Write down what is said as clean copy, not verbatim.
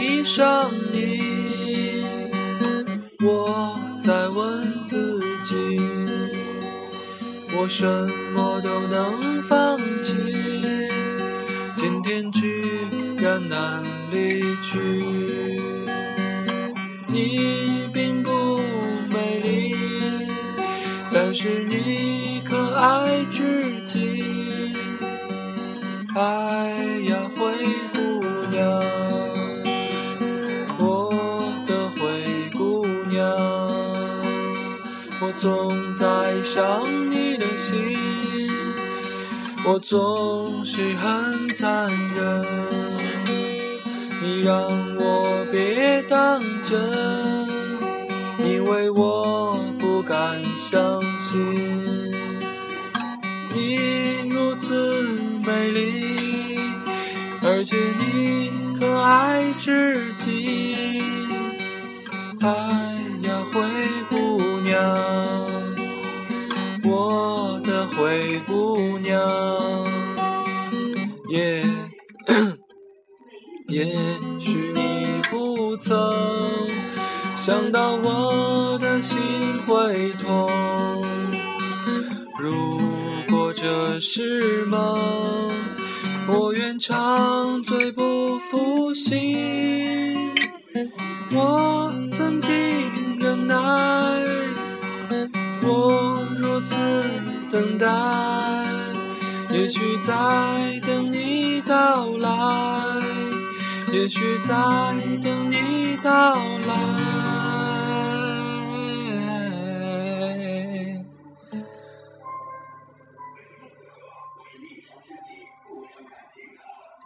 迷上你。我在问自己，我什么都能放弃，今天居然难离去。你并不美丽，但是你可爱至极。哎呀，灰姑娘，我的灰姑娘，我总在想你的心，我总是很残忍，你让我别当真，因为我不敢相信你如此美丽，而且你可爱至极。哎呀，灰姑娘，我的灰姑娘，也许你不曾想到我的心会痛，如果这是梦，我愿长醉不复醒。我曾经忍耐，我如此等待，也许在等你到来，也许在等你到来。